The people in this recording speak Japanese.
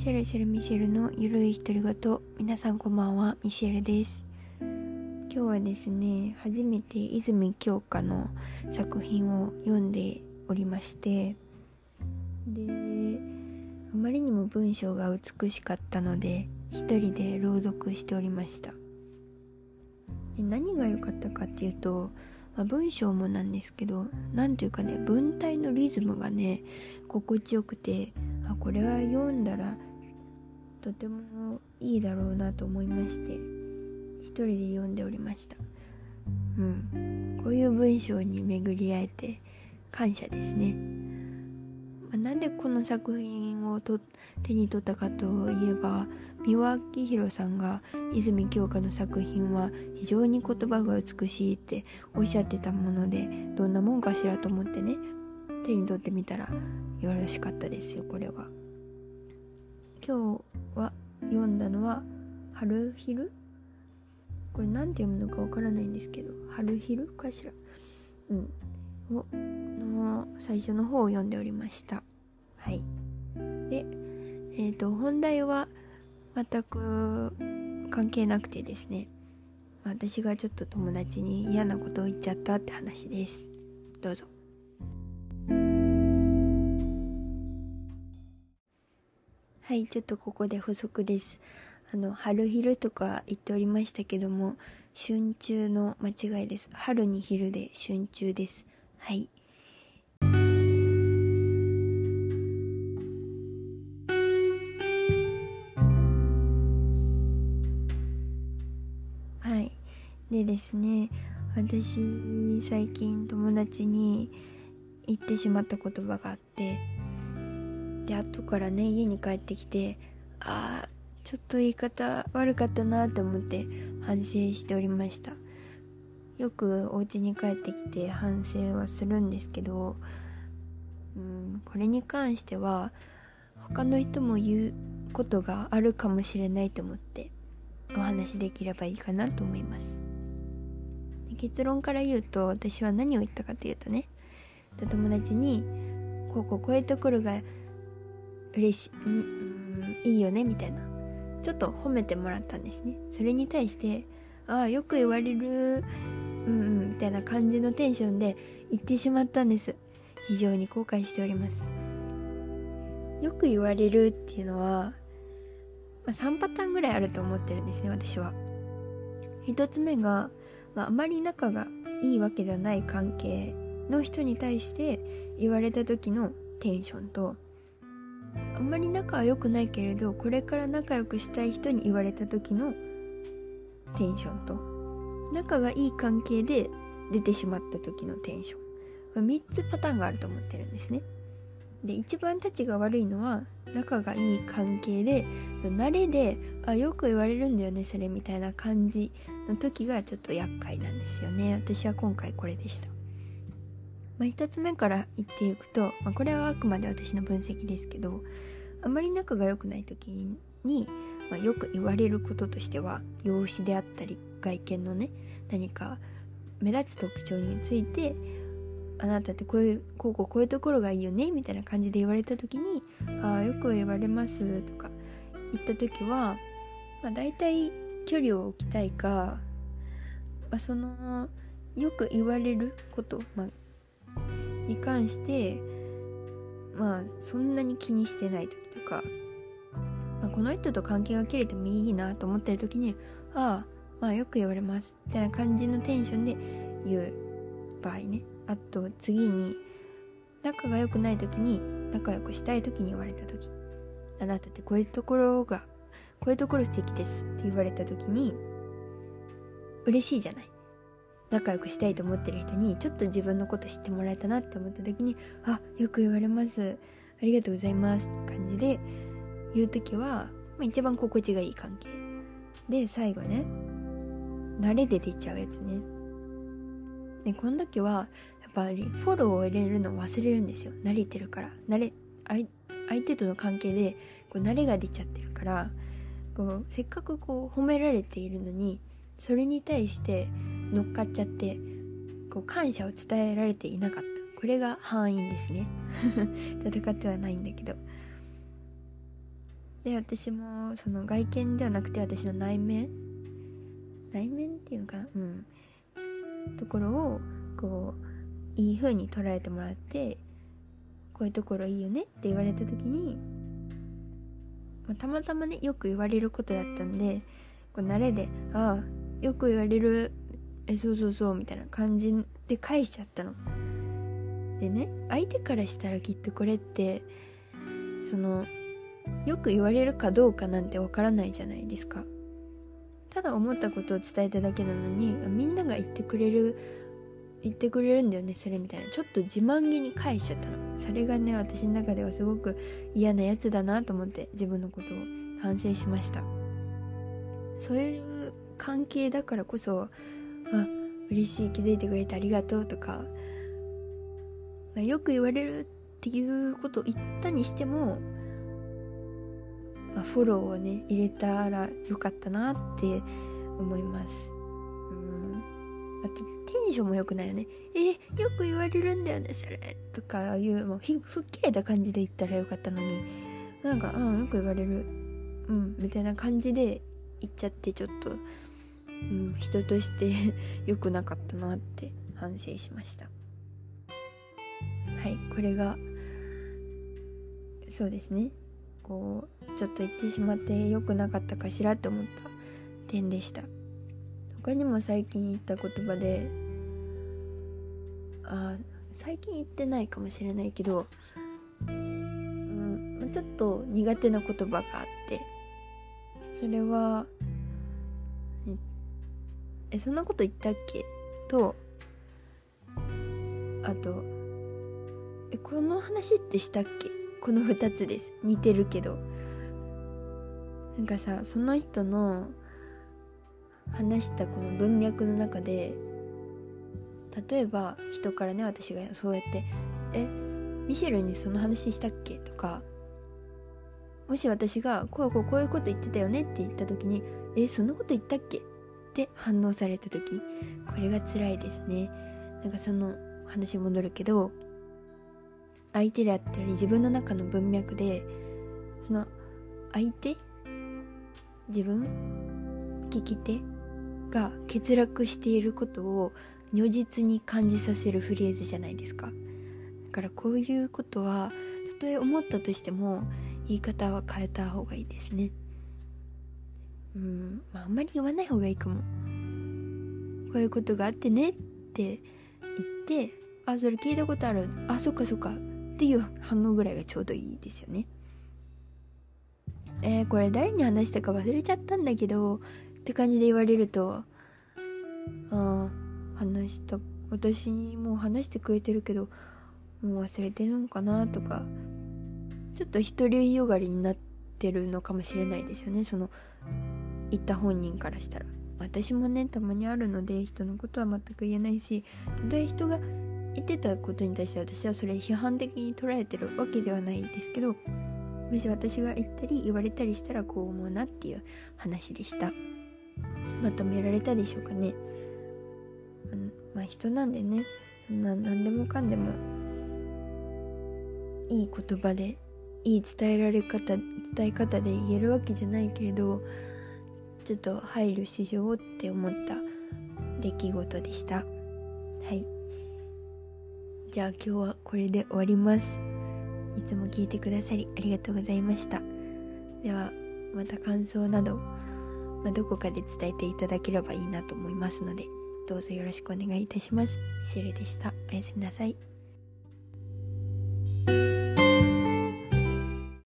シェルシェルミシェルのゆるい独り言。皆さんこんばんは、ミシェルです。今日はですね、初めて泉鏡花の作品を読んでおりまして、であまりにも文章が美しかったので一人で朗読しておりました。で何が良かったかっていうと、文章もなんですけど、なんというかね、文体のリズムがね心地よくて、これは読んだらとてもいいだろうなと思いまして、一人で読んでおりました。こういう文章に巡り会えて感謝ですね。なんでこの作品を手に取ったかといえば、三輪明宏さんが泉鏡花の作品は非常に言葉が美しいっておっしゃってたもので、どんなもんかしらと思ってね、手に取ってみたらよろしかったですよ。これは今日は読んだのは春昼、これなんて読むのかわからないんですけど、春昼かしらの最初の方を読んでおりました。はい。で、本題は全く関係なくてですね、私がちょっと友達に嫌なことを言っちゃったって話です。どうぞ。はい、ちょっとここで補足です。春昼とか言っておりましたけども、春中の間違いです。春に昼で春中です。はい。はい。でですね、私最近友達に言ってしまった言葉があって、で後からね家に帰ってきて、ちょっと言い方悪かったなと思って反省しておりました。よくお家に帰ってきて反省はするんですけど、これに関しては他の人も言うことがあるかもしれないと思ってお話できればいいかなと思います。で結論から言うと、私は何を言ったかというとね、友達にこういうところが嬉しい、いいよねみたいな、ちょっと褒めてもらったんですね。それに対してよく言われるみたいな感じのテンションで言ってしまったんです。非常に後悔しております。よく言われるっていうのは、3パターンぐらいあると思ってるんですね、私は。一つ目が、あまり仲がいいわけではない関係の人に対して言われた時のテンションと、あんまり仲は良くないけれどこれから仲良くしたい人に言われた時のテンションと、仲がいい関係で出てしまった時のテンション、3つパターンがあると思ってるんですね。で一番たちが悪いのは、仲がいい関係で慣れでよく言われるんだよねそれみたいな感じの時がちょっと厄介なんですよね。私は今回これでした。一つ目から言っていくと、これはあくまで私の分析ですけど、あまり仲が良くない時に、よく言われることとしては、容姿であったり外見のね、何か目立つ特徴について、あなたってこういうところがいいよねみたいな感じで言われた時に、よく言われますとか言った時は、だいたい距離を置きたいか、そのよく言われることに関してそんなに気にしてない時とか、この人と関係が切れてもいいなと思ってる時に、よく言われますみたいな感じのテンションで言う場合ね。あと次に、仲が良くない時に仲良くしたい時に言われた時、あなたってこういうところ素敵ですって言われた時に嬉しいじゃない。仲良くしたいと思ってる人にちょっと自分のこと知ってもらえたなって思った時に、よく言われます、ありがとうございますって感じで言う時は、一番心地がいい関係で、最後ね、慣れで出ちゃうやつね。でこの時はやっぱりフォローを入れるのを忘れるんですよ。慣れてるから、相手との関係で慣れが出ちゃってるから、せっかく褒められているのに、それに対して乗っかっちゃって感謝を伝えられていなかった。これが敗因ですね戦ってはないんだけど。 で私もその外見ではなくて私の内面っていうのかな、ところをこういい風に捉えてもらって、こういうところいいよねって言われた時に、たまたまねよく言われることだったんで、こう慣れでよく言われるそうみたいな感じで返しちゃったのでね、相手からしたらきっとこれってそのよく言われるかどうかなんてわからないじゃないですか。ただ思ったことを伝えただけなのに、みんなが言ってくれるんだよねそれみたいな、ちょっと自慢げに返しちゃったの。それがね私の中ではすごく嫌なやつだなと思って自分のことを反省しました。そういう関係だからこそ嬉しい、気づいてくれてありがとうとか、よく言われるっていうことを言ったにしても、フォローをね入れたらよかったなって思います。あとテンションも良くないよね。よく言われるんだよねそれとかいうもうふっきれた感じで言ったらよかったのに、なんかよく言われるみたいな感じで言っちゃって、ちょっと人として良くなかったなって反省しました。はい、これがそうですね、こうちょっと言ってしまって良くなかったかしらって思った点でした。他にも最近言った言葉で、最近言ってないかもしれないけど、ちょっと苦手な言葉があって、それはそんなこと言ったっけと、あとこの話ってしたっけ、この2つです。似てるけど、なんかさ、その人の話したこの文脈の中で、例えば人からね私がそうやってミシェルにその話したっけとか、もし私がこういうこと言ってたよねって言った時にそんなこと言ったっけって反応された時、これが辛いですね。なんかその話戻るけど、相手であったり自分の中の文脈で、その相手、自分、聞き手が欠落していることを如実に感じさせるフレーズじゃないですか。だからこういうことはたとえ思ったとしても言い方は変えた方がいいですね。あんまり言わない方がいいかも。こういうことがあってねって言って、それ聞いたことある、そっかっていう反応ぐらいがちょうどいいですよね。これ誰に話したか忘れちゃったんだけどって感じで言われると、私にもう話してくれてるけどもう忘れてるのかなとか、ちょっと独りよがりになってるのかもしれないですよね。その言った本人からしたら。私もねたまにあるので、人のことは全く言えないし、たとえ人が言ってたことに対して私はそれ批判的に捉えてるわけではないですけど、もし私が言ったり言われたりしたらこう思うなっていう話でした。まとめられたでしょうかね。人なんでね、何でもかんでもいい言葉でいい伝え方で言えるわけじゃないけれど、ちょっと配慮しようって思った出来事でした。はい、じゃあ今日はこれで終わります。いつも聞いてくださりありがとうございました。ではまた感想など、どこかで伝えていただければいいなと思いますので、どうぞよろしくお願いいたします。ミシェルでした。おやすみなさい。